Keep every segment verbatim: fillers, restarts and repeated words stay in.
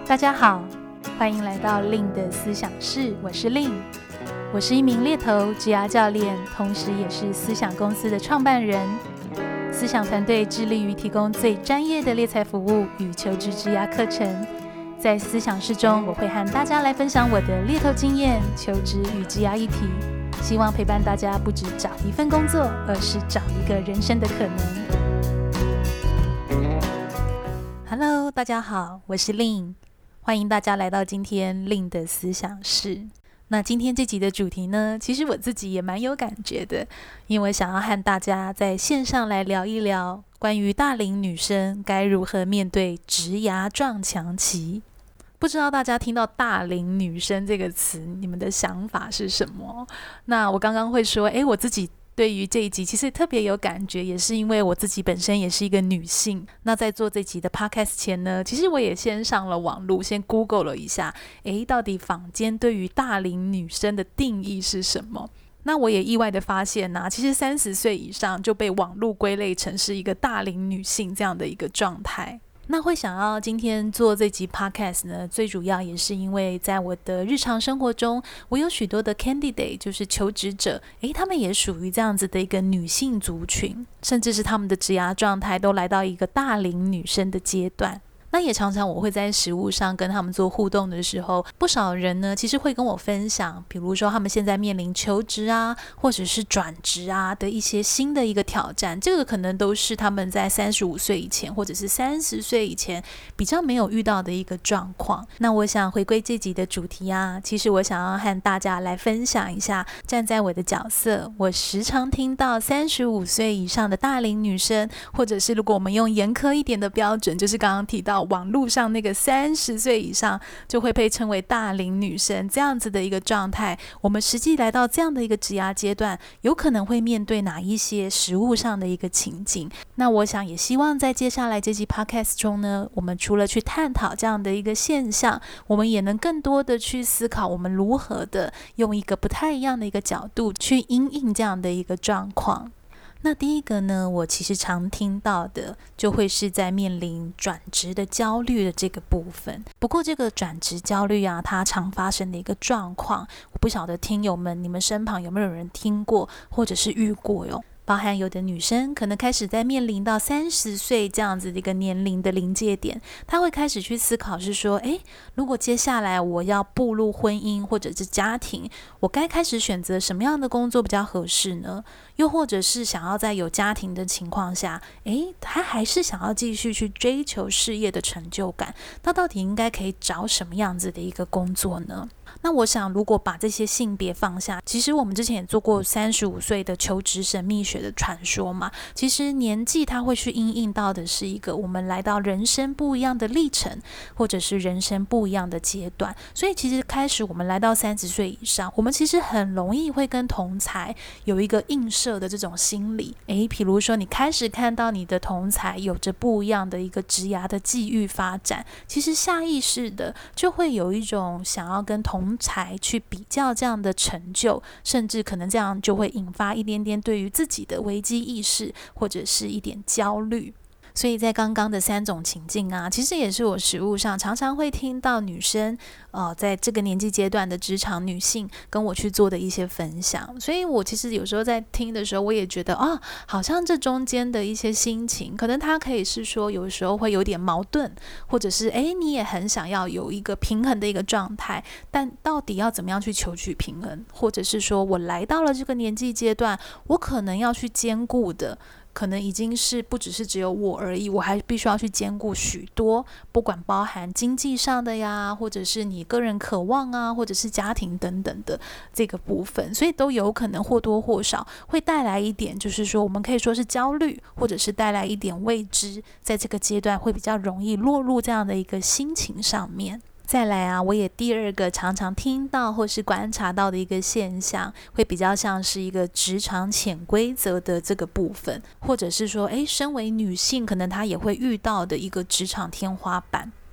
大家好，欢迎来到 Lin 的思想室，我是 Lin， 我是一名猎头职涯教练，同时也是思想公司的创办人。思想团队致力于提供最专业的猎才服务与求职职涯课程。在思想室中，我会和大家来分享我的猎头经验、求职与职涯议题，希望陪伴大家不只找一份工作，而是找一个人生的可能。Hello， 大家好，我是 Lin， 欢迎大家来到今天 Lin 的思想室。那今天这集的主题呢，其实我自己也蛮有感觉的，因为想要和大家在线上来聊一聊关于大龄女生该如何面对职涯撞墙期。不知道大家听到大龄女生这个词，你们的想法是什么？那我刚刚会说，诶，我自己对于这一集其实特别有感觉，也是因为我自己本身也是一个女性。那在做这集的 podcast 前呢，其实我也先上了网路，先 Google 了一下，诶，到底坊间对于大龄女生的定义是什么？那我也意外的发现啊，其实三十岁以上就被网路归类成是一个大龄女性这样的一个状态。那会想要今天做这集 podcast 呢，最主要也是因为在我的日常生活中，我有许多的 candidate， 就是求职者，诶，他们也属于这样子的一个女性族群，甚至是他们的职涯状态都来到一个大龄女生的阶段。那也常常我会在实务上跟他们做互动的时候，不少人呢其实会跟我分享，比如说他们现在面临求职啊，或者是转职啊的一些新的一个挑战，这个可能都是他们在三十五岁以前或者是三十岁以前比较没有遇到的一个状况。那我想回归这集的主题啊，其实我想要和大家来分享一下，站在我的角色，我时常听到三十五岁以上的大龄女生，或者是如果我们用严苛一点的标准，就是刚刚提到网络上那个三十岁以上就会被称为大龄女生这样子的一个状态，我们实际来到这样的一个职涯阶段，有可能会面对哪一些实务上的一个情境。那我想也希望在接下来这集 podcast 中呢，我们除了去探讨这样的一个现象，我们也能更多的去思考我们如何的用一个不太一样的一个角度去因应这样的一个状况。那第一个呢，我其实常听到的就会是在面临转职的焦虑的这个部分。不过这个转职焦虑啊，它常发生的一个状况，我不晓得听友们你们身旁有没有人听过或者是遇过哟。包含有的女生可能开始在面临到三十岁这样子的一个年龄的临界点，她会开始去思考是说，诶，如果接下来我要步入婚姻或者是家庭，我该开始选择什么样的工作比较合适呢？又或者是想要在有家庭的情况下，诶，她还是想要继续去追求事业的成就感，那到底应该可以找什么样子的一个工作呢？那我想如果把这些性别放下，其实我们之前也做过三十五岁的求职神秘学的传说嘛，其实年纪它会去因应到的是一个我们来到人生不一样的历程，或者是人生不一样的阶段。所以其实开始我们来到三十岁以上，我们其实很容易会跟同侪有一个映射的这种心理。诶，比如说你开始看到你的同侪有着不一样的一个职涯的际遇发展，其实下意识的就会有一种想要跟同才去比较这样的成就，甚至可能这样就会引发一点点对于自己的危机意识，或者是一点焦虑。所以在刚刚的三种情境啊，其实也是我实务上常常会听到女生呃，在这个年纪阶段的职场女性跟我去做的一些分享。所以我其实有时候在听的时候，我也觉得哦，好像这中间的一些心情，可能它可以是说有时候会有点矛盾，或者是诶，你也很想要有一个平衡的一个状态，但到底要怎么样去求取平衡，或者是说我来到了这个年纪阶段，我可能要去兼顾的可能已经是不只是只有我而已，我还必须要去兼顾许多，不管包含经济上的呀，或者是你个人渴望啊，或者是家庭等等的这个部分，所以都有可能或多或少会带来一点，就是说我们可以说是焦虑，或者是带来一点未知，在这个阶段会比较容易落入这样的一个心情上面。再来啊，我也第二个常常听到或是观察到的一个现象，会比较像是一个职场潜规则的这个部分，或者是说，诶，身为女性可能她也会遇到的一个职场天花板。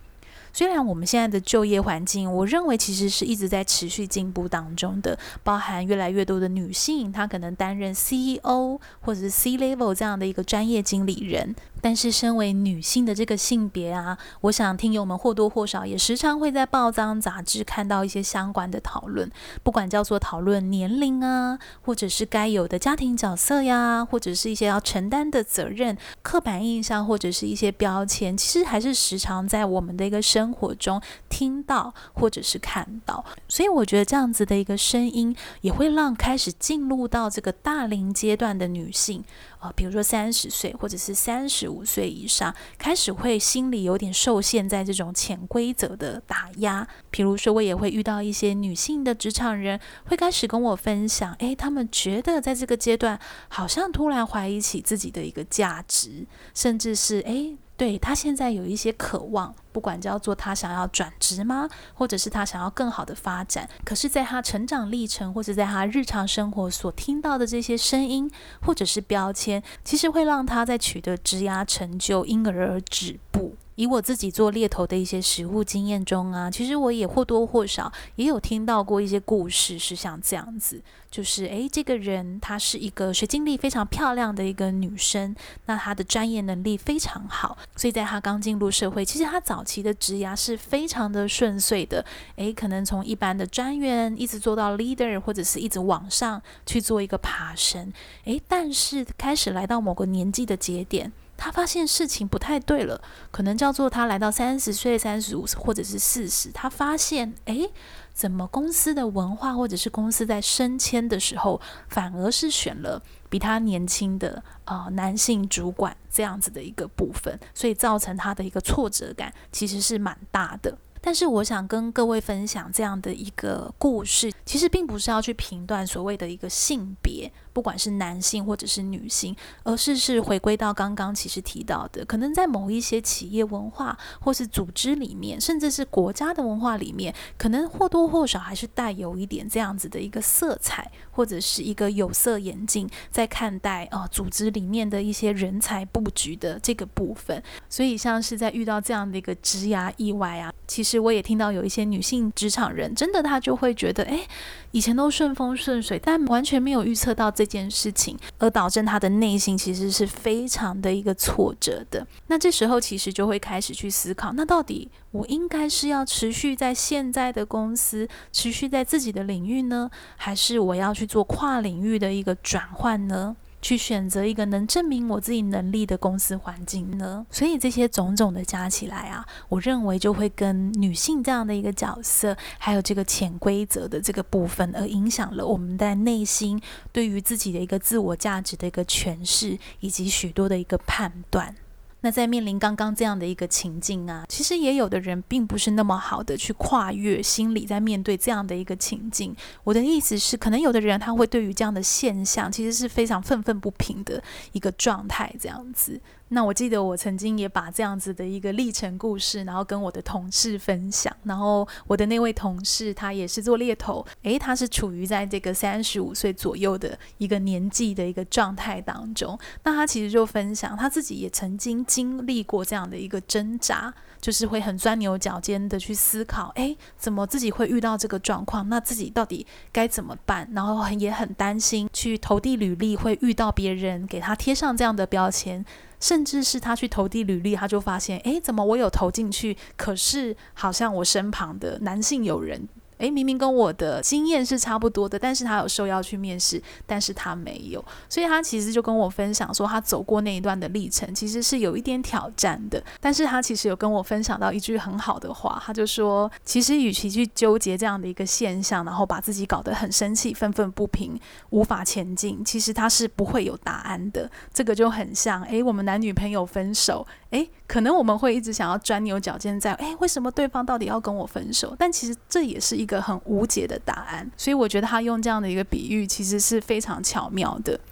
虽然我们现在的就业环境，我认为其实是一直在持续进步当中的，包含越来越多的女性，她可能担任 C E O 或者是 C level 这样的一个专业经理人。但是身为女性的这个性别啊，我想听友们或多或少也时常会在报章杂志看到一些相关的讨论，不管叫做讨论年龄啊，或者是该有的家庭角色呀，或者是一些要承担的责任、刻板印象，或者是一些标签，其实还是时常在我们的一个生活中听到或者是看到。所以我觉得这样子的一个声音也会让开始进入到这个大龄阶段的女性，呃，比如说三十岁或者是三十五岁以上，开始会心里有点受限在这种潜规则的打压。比如说我也会遇到一些女性的职场人会开始跟我分享，诶，他们觉得在这个阶段好像突然怀疑起自己的一个价值，甚至是诶对，他现在有一些渴望，不管叫做他想要转职吗，或者是他想要更好的发展，可是在他成长历程或者在他日常生活所听到的这些声音或者是标签，其实会让他在取得职涯成就因而而止步。以我自己做猎头的一些实务经验中啊，其实我也或多或少也有听到过一些故事，是像这样子，就是诶，这个人她是一个学经历非常漂亮的一个女生，那她的专业能力非常好，所以在她刚进入社会，其实她早期的职涯是非常的顺遂的，诶，可能从一般的专员一直做到 leader， 或者是一直往上去做一个爬升，诶，但是开始来到某个年纪的节点，他发现事情不太对了，可能叫做他来到三十岁、三十五或者是四十，他发现，诶，怎么公司的文化或者是公司在升迁的时候，反而是选了比他年轻的呃男性主管这样子的一个部分，所以造成他的一个挫折感其实是蛮大的。但是我想跟各位分享这样的一个故事，其实并不是要去评断所谓的一个性别，不管是男性或者是女性，而是是回归到刚刚其实提到的，可能在某一些企业文化或是组织里面，甚至是国家的文化里面，可能或多或少还是带有一点这样子的一个色彩，或者是一个有色眼镜在看待、呃、组织里面的一些人才布局的这个部分。所以像是在遇到这样的一个职涯意外啊，其实我也听到有一些女性职场人，真的她就会觉得，诶，以前都顺风顺水，但完全没有预测到这件事情，而导致她的内心其实是非常的一个挫折的。那这时候其实就会开始去思考，那到底我应该是要持续在现在的公司，持续在自己的领域呢，还是我要去做跨领域的一个转换呢？去选择一个能证明我自己能力的公司环境呢？所以这些种种的加起来啊，我认为就会跟女性这样的一个角色，还有这个潜规则的这个部分，而影响了我们在内心对于自己的一个自我价值的一个诠释，以及许多的一个判断。那在面临刚刚这样的一个情境啊，其实也有的人并不是那么好的去跨越心理，在面对这样的一个情境。我的意思是，可能有的人他会对于这样的现象其实是非常愤愤不平的一个状态这样子。那我记得我曾经也把这样子的一个历程故事，然后跟我的同事分享，然后我的那位同事他也是做猎头，诶，他是处于在这个三十五岁左右的一个年纪的一个状态当中。那他其实就分享他自己也曾经经历过这样的一个挣扎，就是会很钻牛角尖的去思考，诶，怎么自己会遇到这个状况，那自己到底该怎么办，然后也很担心去投递履历会遇到别人给他贴上这样的标签，甚至是他去投递履历，他就发现，诶，怎么我有投进去，可是好像我身旁的男性友人，诶，明明跟我的经验是差不多的，但是他有受邀去面试，但是他没有。所以他其实就跟我分享说，他走过那一段的历程其实是有一点挑战的，但是他其实有跟我分享到一句很好的话，他就说，其实与其去纠结这样的一个现象，然后把自己搞得很生气、愤愤不平，无法前进，其实他是不会有答案的。这个就很像，诶，我们男女朋友分手，诶，可能我们会一直想要钻牛角尖在，诶，为什么对方到底要跟我分手？但其实这也是一个很无解的答案。所以我觉得他用这样的一个比喻其实是非常巧妙的。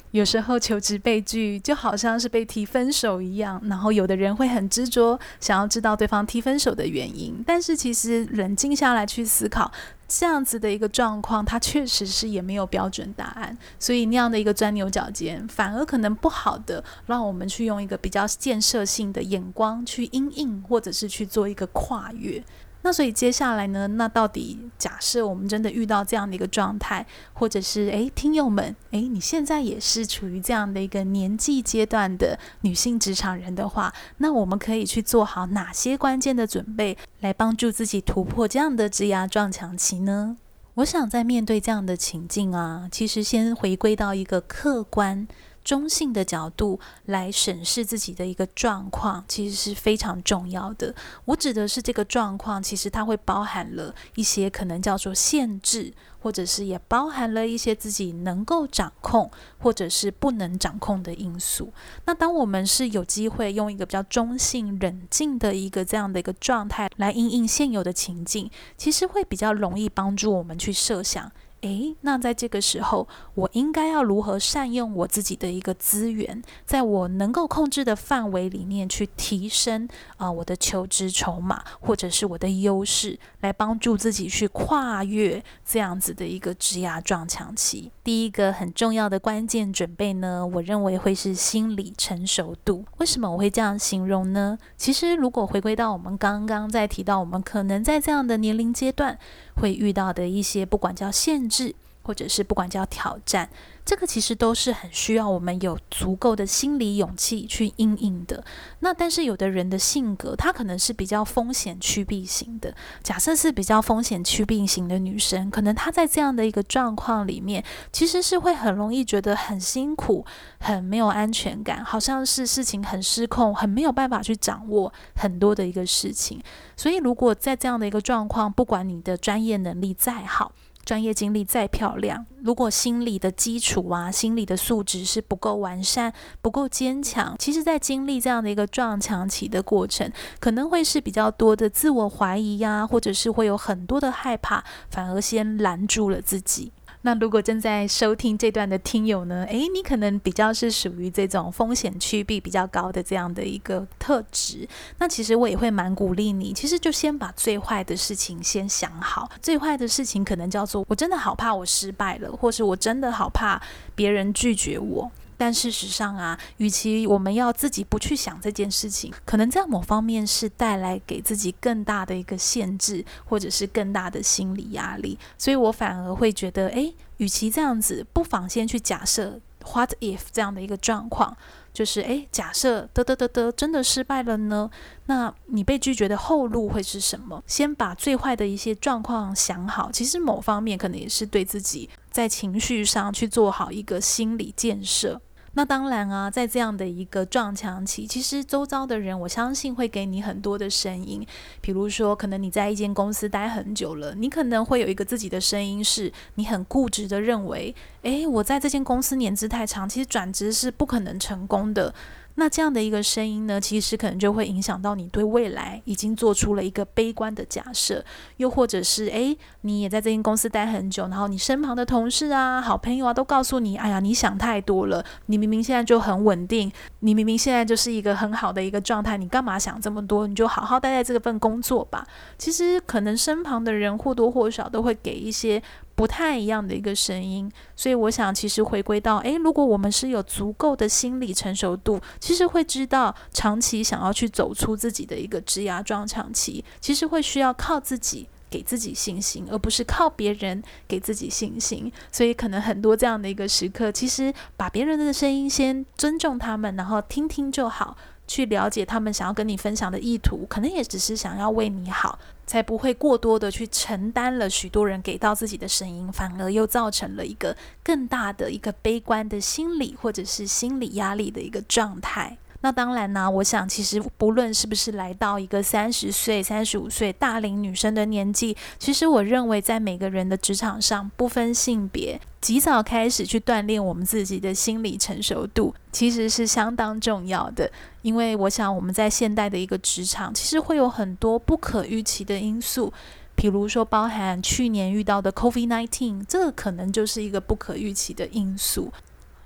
有时候求职被拒就好像是被提分手一样，然后有的人会很执着，想要知道对方提分手的原因，但是其实冷静下来去思考，这样子的一个状况它确实是也没有标准答案，所以那样的一个钻牛角尖反而可能不好的让我们去用一个比较建设性的眼光去因应，或者是去做一个跨越。那所以接下来呢，那到底假设我们真的遇到这样的一个状态，或者是诶听友们，诶你现在也是处于这样的一个年纪阶段的女性职场人的话，那我们可以去做好哪些关键的准备，来帮助自己突破这样的职涯撞墙期呢？我想在面对这样的情境啊，其实先回归到一个客观中性的角度来审视自己的一个状况，其实是非常重要的。我指的是这个状况，其实它会包含了一些可能叫做限制，或者是也包含了一些自己能够掌控或者是不能掌控的因素。那当我们是有机会用一个比较中性冷静的一个这样的一个状态来因应现有的情境，其实会比较容易帮助我们去设想，诶，那在这个时候我应该要如何善用我自己的一个资源，在我能够控制的范围里面去提升、呃、我的求职筹码或者是我的优势，来帮助自己去跨越这样子的一个职涯撞墙期。第一个很重要的关键准备呢，我认为会是心理成熟度。为什么我会这样形容呢？其实如果回归到我们刚刚在提到我们可能在这样的年龄阶段会遇到的一些不管叫限制或者是不管叫挑战，这个其实都是很需要我们有足够的心理勇气去因应的。那但是有的人的性格他可能是比较风险趋避型的，假设是比较风险趋避型的女生，可能她在这样的一个状况里面其实是会很容易觉得很辛苦，很没有安全感，好像是事情很失控，很没有办法去掌握很多的一个事情。所以如果在这样的一个状况，不管你的专业能力再好，专业经历再漂亮，如果心理的基础啊，心理的素质是不够完善，不够坚强，其实在经历这样的一个撞墙期的过程，可能会是比较多的自我怀疑呀、啊，或者是会有很多的害怕，反而先拦住了自己。那如果正在收听这段的听友呢，诶，你可能比较是属于这种风险趋避比较高的这样的一个特质，那其实我也会蛮鼓励你，其实就先把最坏的事情先想好。最坏的事情可能叫做我真的好怕我失败了，或是我真的好怕别人拒绝我。但事实上啊，与其我们要自己不去想这件事情，可能在某方面是带来给自己更大的一个限制，或者是更大的心理压力。所以我反而会觉得，诶，与其这样子，不妨先去假设 what if 这样的一个状况，就是诶，假设得得得得真的失败了呢，那你被拒绝的后路会是什么？先把最坏的一些状况想好，其实某方面可能也是对自己在情绪上去做好一个心理建设。那当然啊，在这样的一个撞墙期，其实周遭的人我相信会给你很多的声音，比如说可能你在一间公司待很久了，你可能会有一个自己的声音，是你很固执的认为，诶，我在这间公司年资太长，其实转职是不可能成功的。那这样的一个声音呢，其实可能就会影响到你对未来已经做出了一个悲观的假设，又或者是诶，你也在这间公司待很久，然后你身旁的同事啊、好朋友啊都告诉你，哎呀，你想太多了，你明明现在就很稳定，你明明现在就是一个很好的一个状态，你干嘛想这么多？你就好好待在这份工作吧。其实可能身旁的人或多或少都会给一些不太一样的一个声音，所以我想其实回归到，诶，如果我们是有足够的心理成熟度，其实会知道长期想要去走出自己的一个职涯撞墙期，其实会需要靠自己给自己信心，而不是靠别人给自己信心。所以可能很多这样的一个时刻，其实把别人的声音先尊重他们，然后听听就好，去了解他们想要跟你分享的意图，可能也只是想要为你好，才不会过多的去承担了许多人给到自己的声音，反而又造成了一个更大的一个悲观的心理或者是心理压力的一个状态。那当然呢，我想其实不论是不是来到一个三十岁、三十五岁大龄女生的年纪，其实我认为在每个人的职场上不分性别，及早开始去锻炼我们自己的心理成熟度，其实是相当重要的。因为我想我们在现代的一个职场，其实会有很多不可预期的因素，比如说包含去年遇到的 COVID 十九， 这个可能就是一个不可预期的因素。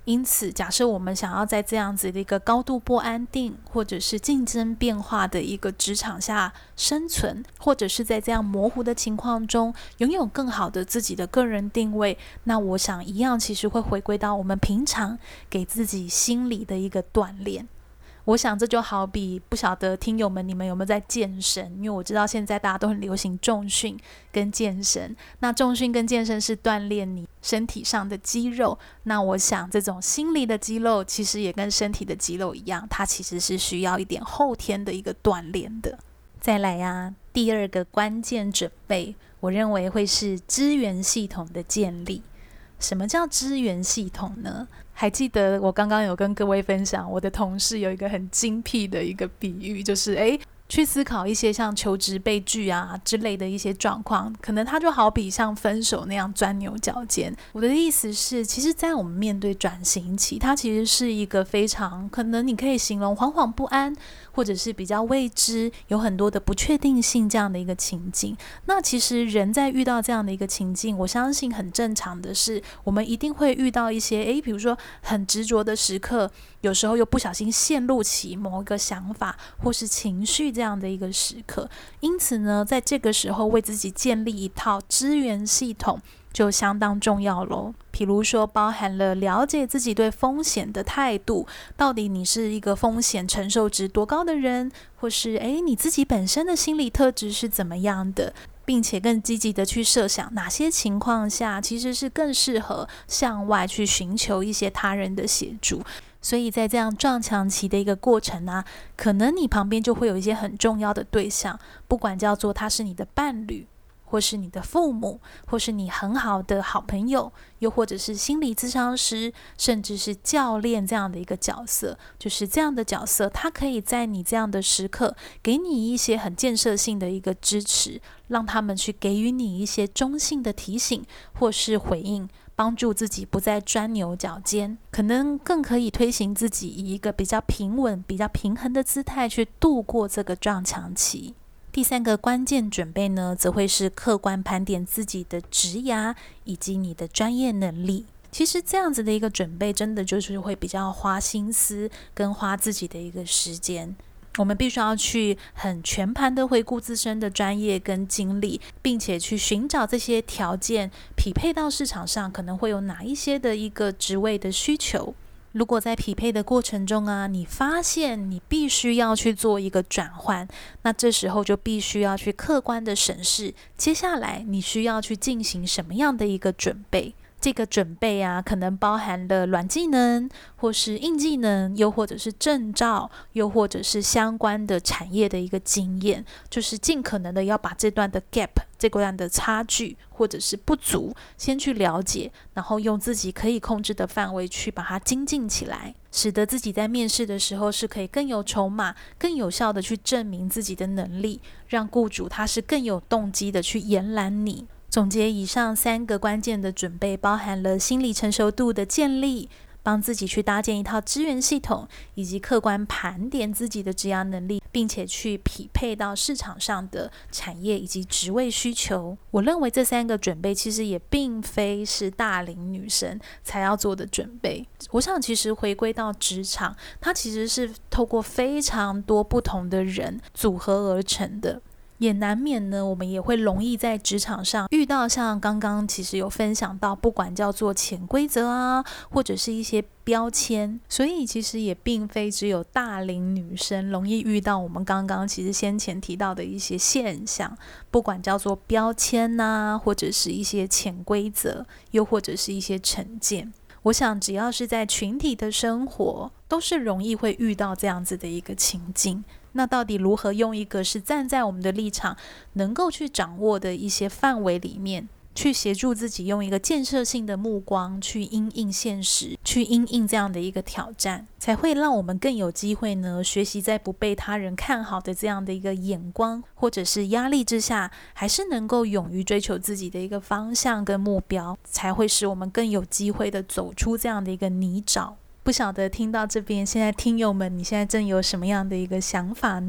因此假设我们想要在这样子的一个高度不安定或者是竞争变化的一个职场下生存，或者是在这样模糊的情况中拥有更好的自己的个人定位，那我想一样其实会回归到我们平常给自己心理的一个锻炼。我想这就好比，不晓得听友们你们有没有在健身，因为我知道现在大家都很流行重训跟健身，那重训跟健身是锻炼你身体上的肌肉，那我想这种心理的肌肉其实也跟身体的肌肉一样，它其实是需要一点后天的一个锻炼的。再来啊，第二个关键准备，我认为会是支援系统的建立。什么叫支援系统呢？还记得我刚刚有跟各位分享，我的同事有一个很精辟的一个比喻，就是诶去思考一些像求职被拒啊之类的一些状况，可能它就好比像分手那样钻牛角尖。我的意思是，其实在我们面对转型期，它其实是一个非常可能你可以形容惶惶不安，或者是比较未知，有很多的不确定性这样的一个情境。那其实人在遇到这样的一个情境，我相信很正常的是，我们一定会遇到一些诶比如说很执着的时刻，有时候又不小心陷入起某一个想法或是情绪这样的一个时刻。因此呢，在这个时候为自己建立一套支援系统就相当重要咯。比如说包含了了解自己对风险的态度，到底你是一个风险承受值多高的人，或是诶你自己本身的心理特质是怎么样的，并且更积极的去设想哪些情况下其实是更适合向外去寻求一些他人的协助。所以在这样撞墙期的一个过程啊，可能你旁边就会有一些很重要的对象，不管叫做他是你的伴侣，或是你的父母，或是你很好的好朋友，又或者是心理咨商师，甚至是教练这样的一个角色。就是这样的角色，他可以在你这样的时刻给你一些很建设性的一个支持，让他们去给予你一些中性的提醒或是回应，帮助自己不再钻牛角尖，可能更可以推行自己以一个比较平稳比较平衡的姿态去度过这个撞墙期。第三个关键准备呢，则会是客观盘点自己的职涯以及你的专业能力。其实这样子的一个准备真的就是会比较花心思跟花自己的一个时间，我们必须要去很全盘的回顾自身的专业跟经历，并且去寻找这些条件匹配到市场上可能会有哪一些的一个职位的需求。如果在匹配的过程中啊，你发现你必须要去做一个转换，那这时候就必须要去客观的审视，接下来你需要去进行什么样的一个准备。这个准备啊，可能包含了软技能，或是硬技能，又或者是证照，又或者是相关的产业的一个经验，就是尽可能的要把这段的 gap， 这段的差距或者是不足先去了解，然后用自己可以控制的范围去把它精进起来，使得自己在面试的时候是可以更有筹码，更有效的去证明自己的能力，让雇主他是更有动机的去延揽你。总结以上三个关键的准备，包含了心理成熟度的建立，帮自己去搭建一套支援系统，以及客观盘点自己的职业能力，并且去匹配到市场上的产业以及职位需求。我认为这三个准备其实也并非是大龄女生才要做的准备。我想其实回归到职场，它其实是透过非常多不同的人组合而成的。也难免呢，我们也会容易在职场上遇到像刚刚其实有分享到，不管叫做潜规则啊，或者是一些标签，所以其实也并非只有大龄女生容易遇到我们刚刚其实先前提到的一些现象，不管叫做标签啊，或者是一些潜规则，又或者是一些成见。我想只要是在群体的生活，都是容易会遇到这样子的一个情境。那到底如何用一个是站在我们的立场能够去掌握的一些范围里面，去协助自己用一个建设性的目光去因应现实，去因应这样的一个挑战，才会让我们更有机会呢，学习在不被他人看好的这样的一个眼光或者是压力之下，还是能够勇于追求自己的一个方向跟目标，才会使我们更有机会的走出这样的一个泥沼。不晓得听到这边，现在听友们你现在正有什么样的一个想法呢？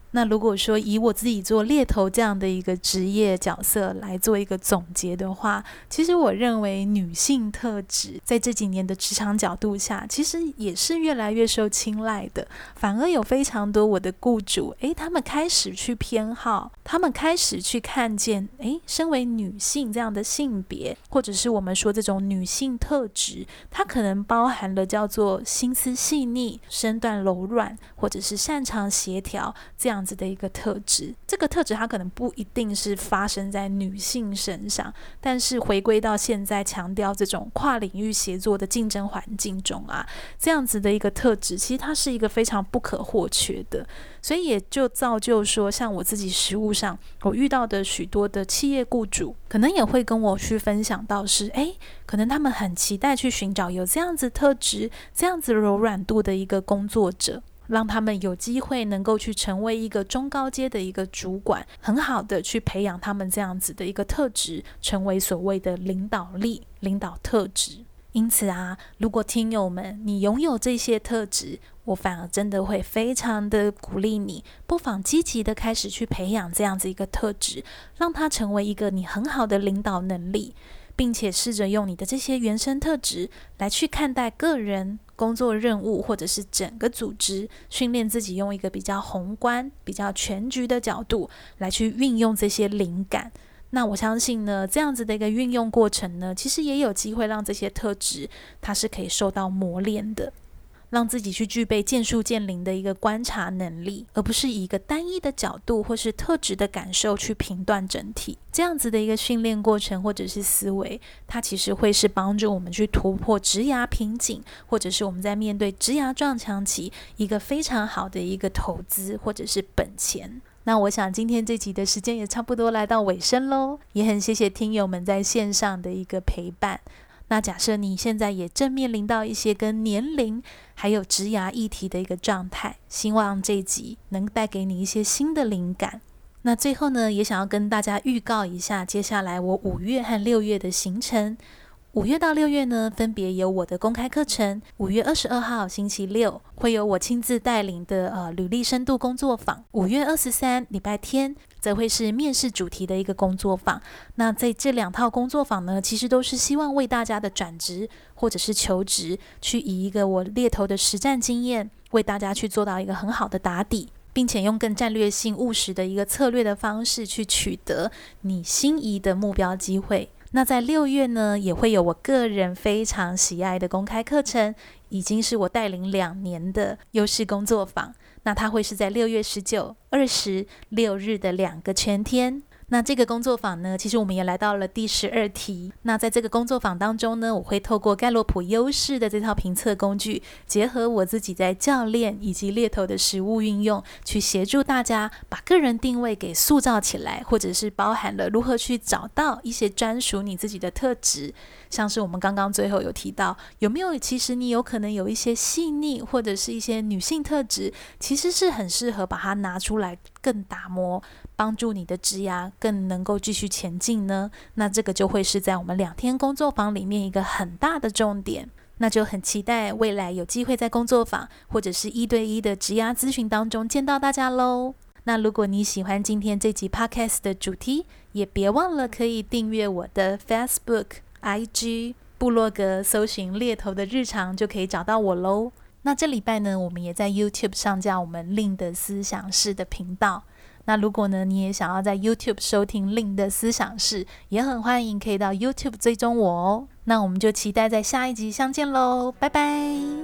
那如果说以我自己做猎头这样的一个职业角色来做一个总结的话，其实我认为女性特质在这几年的职场角度下，其实也是越来越受青睐的。反而有非常多我的雇主，诶，他们开始去偏好，他们开始去看见，诶，身为女性这样的性别，或者是我们说这种女性特质，它可能包含了叫做心思细腻、身段柔软，或者是擅长协调这样这样子的一个特质。这个特质它可能不一定是发生在女性身上，但是回归到现在强调这种跨领域协作的竞争环境中啊，这样子的一个特质其实它是一个非常不可或缺的。所以也就造就说，像我自己实务上我遇到的许多的企业雇主，可能也会跟我去分享到是，诶，可能他们很期待去寻找有这样子特质、这样子柔软度的一个工作者，让他们有机会能够去成为一个中高阶的一个主管，很好的去培养他们这样子的一个特质，成为所谓的领导力、领导特质。因此啊，如果听友们你拥有这些特质，我反而真的会非常的鼓励你，不妨积极的开始去培养这样子一个特质，让它成为一个你很好的领导能力，并且试着用你的这些原生特质来去看待个人工作任务，或者是整个组织，训练自己用一个比较宏观、比较全局的角度来去运用这些灵感。那我相信呢，这样子的一个运用过程呢，其实也有机会让这些特质它是可以受到磨练的，让自己去具备见树见林的一个观察能力，而不是以一个单一的角度或是特质的感受去评断整体。这样子的一个训练过程或者是思维，它其实会是帮助我们去突破职涯瓶颈，或者是我们在面对职涯撞墙期一个非常好的一个投资或者是本钱。那我想今天这集的时间也差不多来到尾声咯，也很谢谢听友们在线上的一个陪伴。那假设你现在也正面临到一些跟年龄还有职涯议题的一个状态，希望这一集能带给你一些新的灵感。那最后呢，也想要跟大家预告一下接下来我五月和六月的行程。五月到六月呢，分别有我的公开课程，五月二十二号星期六会有我亲自带领的呃履历深度工作坊，五月二十三礼拜天则会是面试主题的一个工作坊。那在这两套工作坊呢，其实都是希望为大家的转职或者是求职，去以一个我猎头的实战经验，为大家去做到一个很好的打底，并且用更战略性务实的一个策略的方式去取得你心仪的目标机会。那在六月呢，也会有我个人非常喜爱的公开课程，已经是我带领两年的优势工作坊。那它会是在六月十九、二十六日的两个全天。那这个工作坊呢，其实我们也来到了第十二题。那在这个工作坊当中呢，我会透过盖洛普优势的这套评测工具，结合我自己在教练以及猎头的实务运用，去协助大家把个人定位给塑造起来，或者是包含了如何去找到一些专属你自己的特质。像是我们刚刚最后有提到，有没有其实你有可能有一些细腻或者是一些女性特质，其实是很适合把它拿出来更打磨，帮助你的职涯更能够继续前进呢？那这个就会是在我们两天工作坊里面一个很大的重点。那就很期待未来有机会在工作坊或者是一对一的职涯咨询当中见到大家咯。那如果你喜欢今天这集 podcast 的主题，也别忘了可以订阅我的 Facebook、I G、部落格，搜寻猎头的日常就可以找到我咯。那这礼拜呢，我们也在 YouTube 上架我们 Lin 的思想室的频道。那如果呢，你也想要在 YouTube 收听 Lin 的思想室，也很欢迎可以到 YouTube 追踪我哦。那我们就期待在下一集相见咯，拜拜。